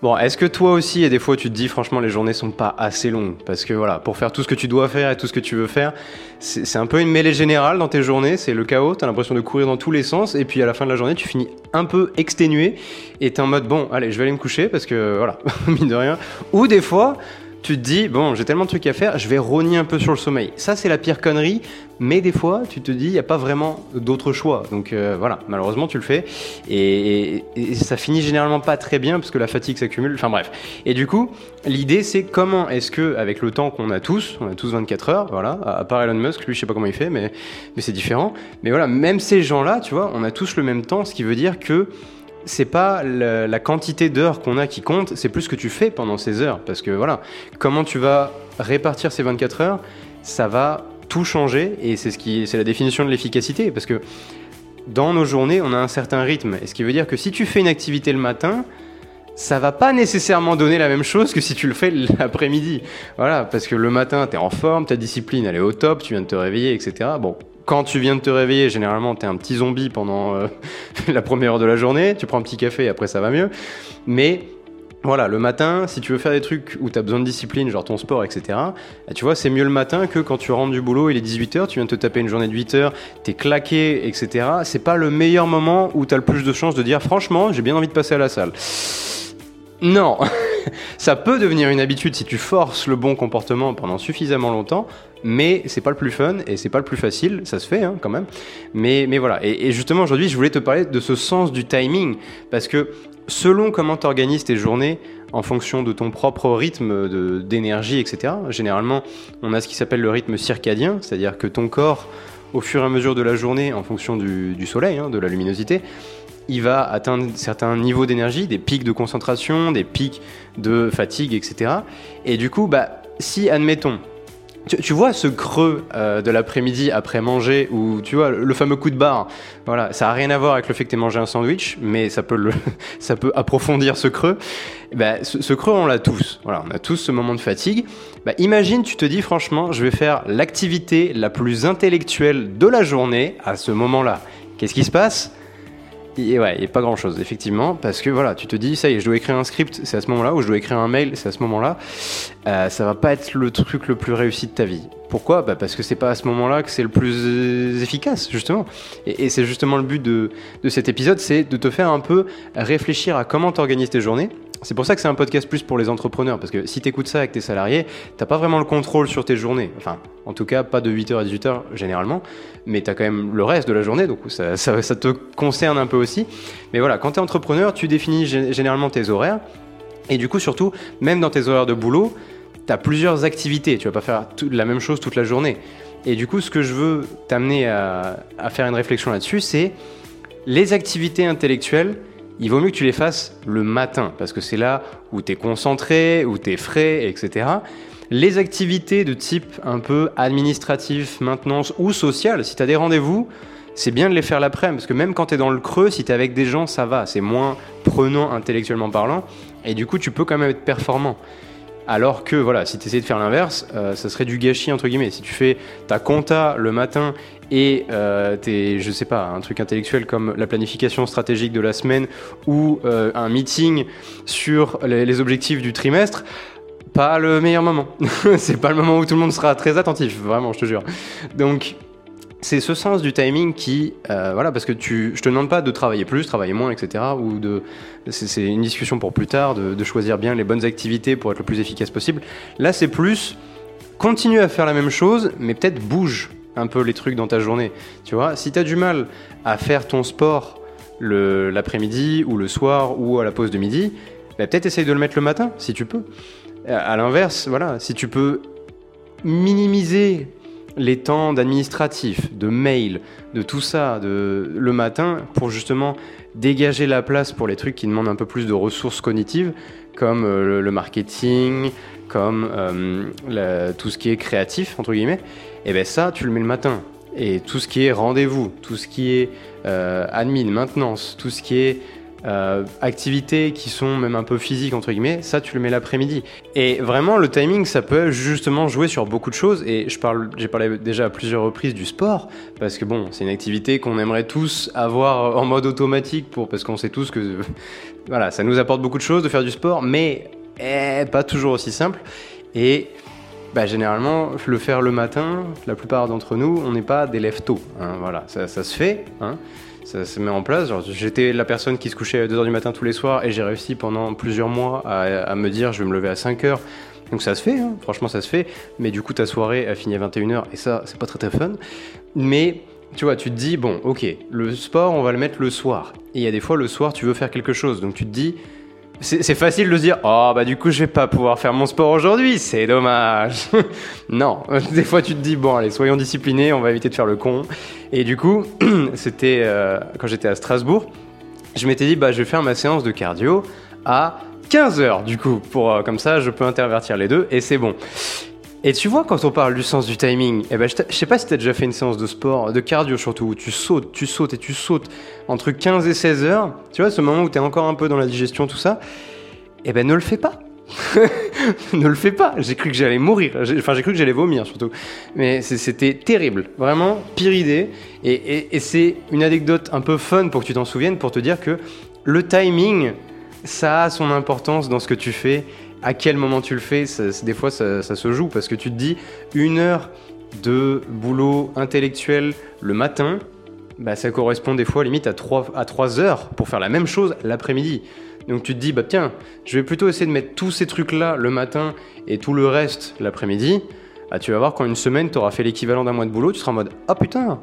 Bon, est-ce que toi aussi, et des fois tu te dis franchement les journées sont pas assez longues parce que voilà, pour faire tout ce que tu dois faire et tout ce que tu veux faire, c'est un peu une mêlée générale dans tes journées, c'est le chaos, t'as l'impression de courir dans tous les sens et puis à la fin de la journée tu finis un peu exténué et t'es en mode bon, allez, je vais aller me coucher parce que voilà, mine de rien. Ou des fois, tu te dis bon, j'ai tellement de trucs à faire, je vais rogner un peu sur le sommeil. Ça c'est la pire connerie, mais des fois tu te dis il n'y a pas vraiment d'autre choix. Donc voilà, malheureusement tu le fais et ça finit généralement pas très bien parce que la fatigue s'accumule. Enfin bref. Et du coup, l'idée c'est comment est-ce que avec le temps qu'on a tous 24 heures, voilà, à part Elon Musk, lui je sais pas comment il fait, mais c'est différent. Mais voilà, même ces gens-là, tu vois, on a tous le même temps, ce qui veut dire que c'est pas la quantité d'heures qu'on a qui compte, c'est plus ce que tu fais pendant ces heures. Parce que voilà, comment tu vas répartir ces 24 heures, ça va tout changer et c'est la définition de l'efficacité. Parce que dans nos journées, on a un certain rythme. Et ce qui veut dire que si tu fais une activité le matin, ça va pas nécessairement donner la même chose que si tu le fais l'après-midi. Voilà, parce que le matin, t'es en forme, ta discipline, elle est au top, tu viens de te réveiller, etc. Bon. Quand tu viens de te réveiller, généralement, t'es un petit zombie pendant la première heure de la journée. Tu prends un petit café et après, ça va mieux. Mais voilà, le matin, si tu veux faire des trucs où t'as besoin de discipline, genre ton sport, etc., bah, tu vois, c'est mieux le matin que quand tu rentres du boulot, il est 18h, tu viens de te taper une journée de 8 heures, t'es claqué, etc. C'est pas le meilleur moment où t'as le plus de chances de dire « Franchement, j'ai bien envie de passer à la salle ». Non, ça peut devenir une habitude si tu forces le bon comportement pendant suffisamment longtemps, mais c'est pas le plus fun et c'est pas le plus facile, ça se fait quand même. Mais voilà, et justement aujourd'hui je voulais te parler de ce sens du timing, parce que selon comment tu organises tes journées, en fonction de ton propre rythme d'énergie, etc., généralement on a ce qui s'appelle le rythme circadien, c'est-à-dire que ton corps, au fur et à mesure de la journée, en fonction du soleil, de la luminosité, il va atteindre certains niveaux d'énergie, des pics de concentration, des pics de fatigue, etc. Et du coup, si, admettons, tu vois ce creux de l'après-midi après manger, où tu vois le fameux coup de barre, voilà, ça n'a rien à voir avec le fait que tu aies mangé un sandwich, mais ça peut approfondir ce creux. Ce creux, on l'a tous. Voilà, on a tous ce moment de fatigue. Imagine, tu te dis franchement, je vais faire l'activité la plus intellectuelle de la journée à ce moment-là. Qu'est-ce qui se passe ? Et ouais, il n'y a pas grand chose, effectivement, parce que voilà, tu te dis, ça y est, je dois écrire un script, c'est à ce moment-là, ou je dois écrire un mail, c'est à ce moment-là. Ça va pas être le truc le plus réussi de ta vie. Pourquoi ? Parce que c'est pas à ce moment-là que c'est le plus efficace, justement. Et c'est justement le but de cet épisode, c'est de te faire un peu réfléchir à comment t'organises tes journées. C'est pour ça que c'est un podcast plus pour les entrepreneurs, parce que si t'écoutes ça avec tes salariés, t'as pas vraiment le contrôle sur tes journées. Enfin, en tout cas, pas de 8h à 18h généralement, mais t'as quand même le reste de la journée, donc ça te concerne un peu aussi. Mais voilà, quand t'es entrepreneur, tu définis généralement tes horaires, et du coup, surtout, même dans tes horaires de boulot, t'as plusieurs activités, tu vas pas faire la même chose toute la journée. Et du coup, ce que je veux t'amener à faire une réflexion là-dessus, c'est les activités intellectuelles. Il vaut mieux que tu les fasses le matin, parce que c'est là où tu es concentré, où tu es frais, etc. Les activités de type un peu administratif, maintenance ou social, si tu as des rendez-vous, c'est bien de les faire l'après-midi, parce que même quand tu es dans le creux, si tu es avec des gens, ça va, c'est moins prenant intellectuellement parlant, et du coup, tu peux quand même être performant. Alors que voilà, si tu essaies de faire l'inverse, ça serait du gâchis entre guillemets. Si tu fais ta compta le matin et je sais pas, un truc intellectuel comme la planification stratégique de la semaine ou un meeting sur les objectifs du trimestre, pas le meilleur moment. C'est pas le moment où tout le monde sera très attentif, vraiment, je te jure. Donc c'est ce sens du timing qui, voilà, parce que je te demande pas de travailler plus, travailler moins, etc. Ou c'est une discussion pour plus tard, de choisir bien les bonnes activités pour être le plus efficace possible. Là, c'est plus continue à faire la même chose, mais peut-être bouge un peu les trucs dans ta journée. Tu vois, si t'as du mal à faire ton sport l'après-midi ou le soir ou à la pause de midi, peut-être essaye de le mettre le matin, si tu peux. À l'inverse, voilà, si tu peux minimiser les temps d'administratif, de mail, de tout ça, le matin, pour justement dégager la place pour les trucs qui demandent un peu plus de ressources cognitives, comme le marketing, comme tout ce qui est créatif, entre guillemets, et ça, tu le mets le matin. Et tout ce qui est rendez-vous, tout ce qui est admin, maintenance, tout ce qui est activités qui sont même un peu physiques entre guillemets, ça tu le mets l'après-midi. Et vraiment le timing ça peut justement jouer sur beaucoup de choses, et j'ai parlé déjà à plusieurs reprises du sport, parce que bon, c'est une activité qu'on aimerait tous avoir en mode automatique parce qu'on sait tous que voilà, ça nous apporte beaucoup de choses de faire du sport, mais pas toujours aussi simple. Et généralement, le faire le matin, la plupart d'entre nous, on n'est pas des lève-tôt, hein, voilà, ça se fait, hein, ça se met en place. Genre, j'étais la personne qui se couchait à 2h du matin tous les soirs, et j'ai réussi pendant plusieurs mois à me dire je vais me lever à 5h, donc ça se fait, hein, franchement ça se fait, mais du coup ta soirée a fini à 21h, et ça c'est pas très très fun. Mais tu vois, tu te dis, bon ok, le sport on va le mettre le soir, et il y a des fois le soir tu veux faire quelque chose, donc tu te dis, c'est facile de se dire, oh du coup je vais pas pouvoir faire mon sport aujourd'hui, c'est dommage. Non, des fois tu te dis, bon allez, soyons disciplinés, on va éviter de faire le con. Et du coup, c'était quand j'étais à Strasbourg, je m'étais dit, je vais faire ma séance de cardio à 15h du coup, comme ça je peux intervertir les deux et c'est bon. Et tu vois, quand on parle du sens du timing, je sais pas si t'as déjà fait une séance de sport, de cardio surtout, où tu sautes entre 15 et 16 heures, tu vois, ce moment où t'es encore un peu dans la digestion, tout ça, ne le fais pas. Ne le fais pas. J'ai cru que j'allais mourir, j'ai cru que j'allais vomir surtout. Mais c'était terrible, vraiment, pire idée. Et c'est une anecdote un peu fun pour que tu t'en souviennes, pour te dire que le timing, ça a son importance dans ce que tu fais. À quel moment tu le fais, des fois ça se joue, parce que tu te dis 1 heure de boulot intellectuel le matin, ça correspond des fois limite à 3 heures pour faire la même chose l'après-midi. Donc tu te dis, tiens, je vais plutôt essayer de mettre tous ces trucs-là le matin et tout le reste l'après-midi. Tu vas voir, qu'en une semaine, tu auras fait l'équivalent d'un mois de boulot, tu seras en mode, ah putain,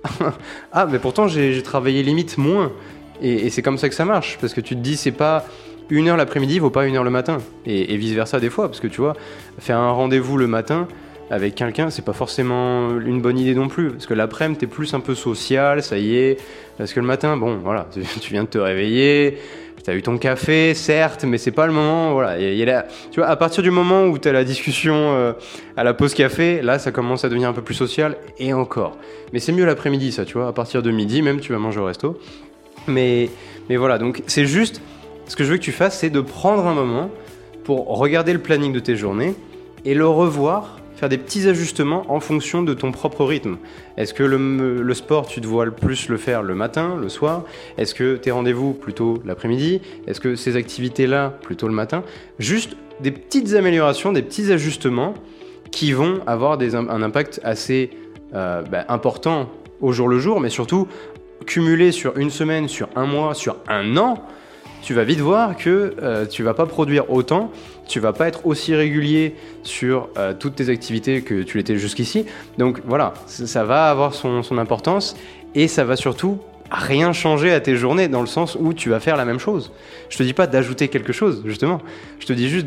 ah mais pourtant j'ai travaillé limite moins. Et c'est comme ça que ça marche, parce que tu te dis, c'est pas 1 heure l'après-midi vaut pas 1 heure le matin, et vice versa des fois, parce que tu vois, faire un rendez-vous le matin avec quelqu'un, c'est pas forcément une bonne idée non plus, parce que l'après-midi t'es plus un peu social, ça y est, parce que le matin, bon voilà, tu viens de te réveiller, t'as eu ton café, certes, mais c'est pas le moment, voilà, tu vois, à partir du moment où t'as la discussion à la pause café, là ça commence à devenir un peu plus social, et encore, mais c'est mieux l'après-midi ça, tu vois, à partir de midi, même tu vas manger au resto, mais voilà, donc c'est juste, ce que je veux que tu fasses, c'est de prendre un moment pour regarder le planning de tes journées et le revoir, faire des petits ajustements en fonction de ton propre rythme. Est-ce que le sport, tu te vois le plus le faire le matin, le soir? Est-ce que tes rendez-vous plutôt l'après-midi? Est-ce que ces activités-là plutôt le matin? Juste des petites améliorations, des petits ajustements qui vont avoir un impact assez important au jour le jour, mais surtout cumulé sur une semaine, sur un mois, sur un an. Tu vas vite voir que tu vas pas produire autant, tu vas pas être aussi régulier sur toutes tes activités que tu l'étais jusqu'ici. Donc voilà, ça va avoir son importance, et ça va surtout rien changer à tes journées, dans le sens où tu vas faire la même chose. Je te dis pas d'ajouter quelque chose, justement. Je te dis juste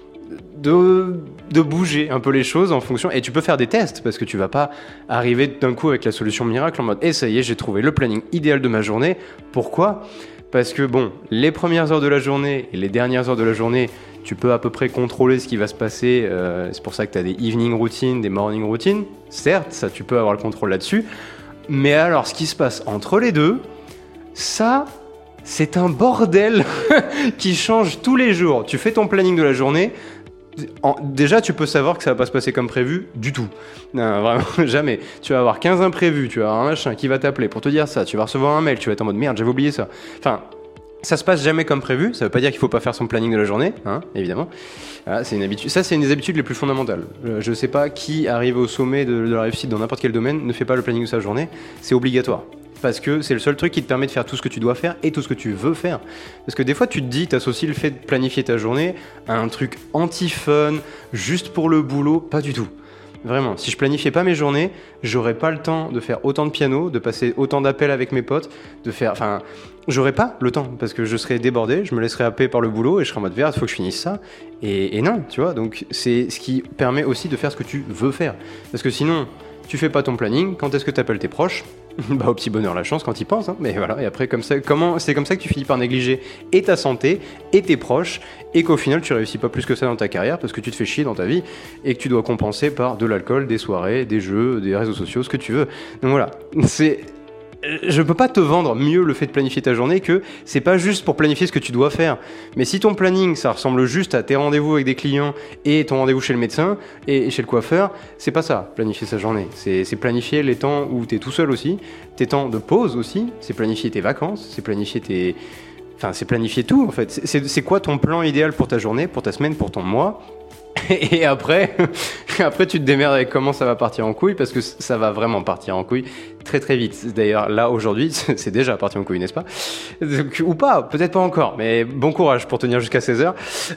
de bouger un peu les choses en fonction, et tu peux faire des tests, parce que tu vas pas arriver d'un coup avec la solution miracle en mode ça y est, j'ai trouvé le planning idéal de ma journée. Pourquoi ? Parce que bon, les premières heures de la journée et les dernières heures de la journée, tu peux à peu près contrôler ce qui va se passer. C'est pour ça que tu as des evening routines, des morning routines. Certes, ça, tu peux avoir le contrôle là-dessus. Mais alors, ce qui se passe entre les deux, ça, c'est un bordel qui change tous les jours. Tu fais ton planning de la journée. Déjà, tu peux savoir que ça va pas se passer comme prévu du tout. Non, vraiment, jamais. Tu vas avoir 15 imprévus, tu vas avoir un machin qui va t'appeler pour te dire ça, tu vas recevoir un mail, tu vas être en mode merde, j'avais oublié ça. Enfin, ça se passe jamais comme prévu, ça veut pas dire qu'il faut pas faire son planning de la journée, hein, évidemment. Voilà, c'est une habitude. Ça, c'est une des habitudes les plus fondamentales. Je sais pas qui arrive au sommet de la réussite dans n'importe quel domaine ne fait pas le planning de sa journée, c'est obligatoire. Parce que c'est le seul truc qui te permet de faire tout ce que tu dois faire et tout ce que tu veux faire. Parce que des fois, tu te dis, t'associes le fait de planifier ta journée à un truc anti-fun, juste pour le boulot. Pas du tout. Vraiment, si je planifiais pas mes journées, j'aurais pas le temps de faire autant de piano, de passer autant d'appels avec mes potes, j'aurais pas le temps, parce que je serais débordé, je me laisserais happer par le boulot et je serais en mode merde, faut que je finisse ça. Et non, tu vois, donc c'est ce qui permet aussi de faire ce que tu veux faire. Parce que sinon, tu fais pas ton planning, quand est-ce que t'appelles tes proches ? Au petit bonheur la chance quand ils pensent, hein. Mais voilà, et après c'est comme ça que tu finis par négliger et ta santé et tes proches, et qu'au final tu réussis pas plus que ça dans ta carrière parce que tu te fais chier dans ta vie et que tu dois compenser par de l'alcool, des soirées, des jeux, des réseaux sociaux, ce que tu veux. Donc voilà, je peux pas te vendre mieux le fait de planifier ta journée que c'est pas juste pour planifier ce que tu dois faire. Mais si ton planning, ça ressemble juste à tes rendez-vous avec des clients et ton rendez-vous chez le médecin et chez le coiffeur, c'est pas ça, planifier sa journée. C'est planifier les temps où t'es tout seul aussi, tes temps de pause aussi, c'est planifier tes vacances, c'est planifier c'est planifier tout en fait. C'est quoi ton plan idéal pour ta journée, pour ta semaine, pour ton mois? Et après, tu te démerdes avec comment ça va partir en couille, parce que ça va vraiment partir en couille très très vite. D'ailleurs, là, aujourd'hui, c'est déjà parti en couille, n'est-ce pas? Ou pas, peut-être pas encore, mais bon courage pour tenir jusqu'à 16h.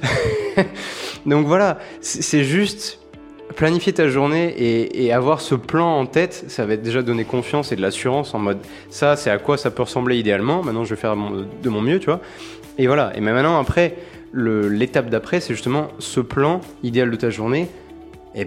Donc voilà, c'est juste planifier ta journée et avoir ce plan en tête, ça va déjà donner confiance et de l'assurance en mode, ça, c'est à quoi ça peut ressembler idéalement. Maintenant, je vais faire de mon mieux, tu vois. Et voilà, et maintenant, après... L'étape d'après, c'est justement ce plan idéal de ta journée. Et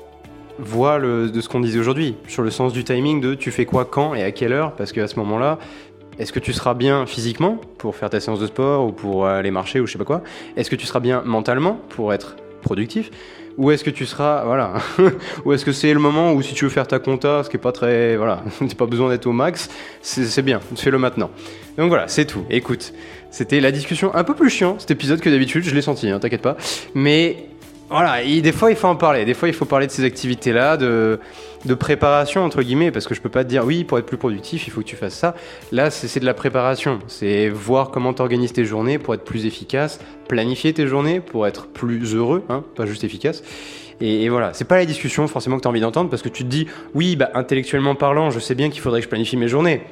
vois de ce qu'on disait aujourd'hui, sur le sens du timing de tu fais quoi, quand et à quelle heure, parce qu'à ce moment-là, est-ce que tu seras bien physiquement pour faire ta séance de sport ou pour aller marcher ou je sais pas quoi? Est-ce que tu seras bien mentalement pour être productif? Ou est-ce que tu seras, voilà, ou est-ce que c'est le moment où si tu veux faire ta compta, ce qui est pas très, voilà, t'as pas besoin d'être au max, c'est bien, fais-le maintenant. Donc voilà, c'est tout. Écoute, c'était la discussion un peu plus chiant cet épisode que d'habitude, je l'ai senti, hein, t'inquiète pas. Mais voilà, des fois il faut en parler, des fois il faut parler de ces activités-là, de préparation entre guillemets, parce que je peux pas te dire oui, pour être plus productif, il faut que tu fasses ça. Là, c'est de la préparation, c'est voir comment t'organises tes journées pour être plus efficace, planifier tes journées pour être plus heureux, hein, pas juste efficace. Et voilà, c'est pas la discussion forcément que t'as envie d'entendre, parce que tu te dis oui, intellectuellement parlant, je sais bien qu'il faudrait que je planifie mes journées.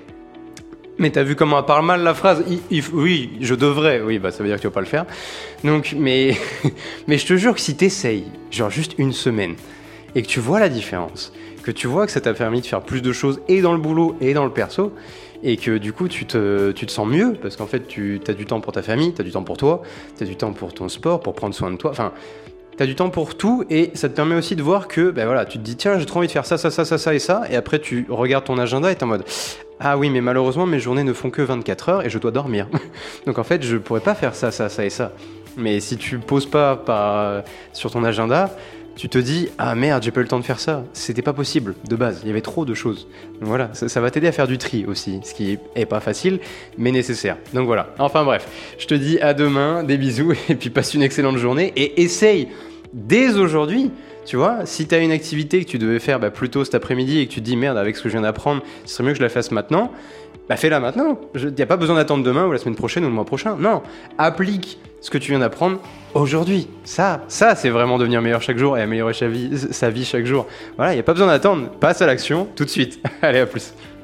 Mais t'as vu comment elle parle mal la phrase? Oui, je devrais. Oui, ça veut dire que tu vas pas le faire. Donc, mais je te jure que si t'essayes, genre juste une semaine, et que tu vois la différence, que tu vois que ça t'a permis de faire plus de choses et dans le boulot et dans le perso, et que du coup tu te sens mieux, parce qu'en fait tu as du temps pour ta famille, tu as du temps pour toi, tu as du temps pour ton sport, pour prendre soin de toi, enfin... T'as du temps pour tout et ça te permet aussi de voir que, tu te dis tiens, j'ai trop envie de faire ça et ça, et après tu regardes ton agenda et t'es en mode ah oui, mais malheureusement mes journées ne font que 24 heures et je dois dormir. Donc en fait, je pourrais pas faire ça et ça. Mais si tu poses pas sur ton agenda, tu te dis ah merde, j'ai pas eu le temps de faire ça. C'était pas possible de base, il y avait trop de choses. Donc voilà, ça va t'aider à faire du tri aussi, ce qui est pas facile mais nécessaire. Donc voilà. Enfin bref, je te dis à demain, des bisous et puis passe une excellente journée et essaye dès aujourd'hui, tu vois, si tu as une activité que tu devais faire plus tôt cet après-midi et que tu te dis merde, avec ce que je viens d'apprendre, ce serait mieux que je la fasse maintenant, fais-la maintenant. Il n'y a pas besoin d'attendre demain ou la semaine prochaine ou le mois prochain. Non, applique ce que tu viens d'apprendre aujourd'hui. Ça c'est vraiment devenir meilleur chaque jour et améliorer sa vie chaque jour. Voilà, il n'y a pas besoin d'attendre. Passe à l'action tout de suite. Allez, à plus.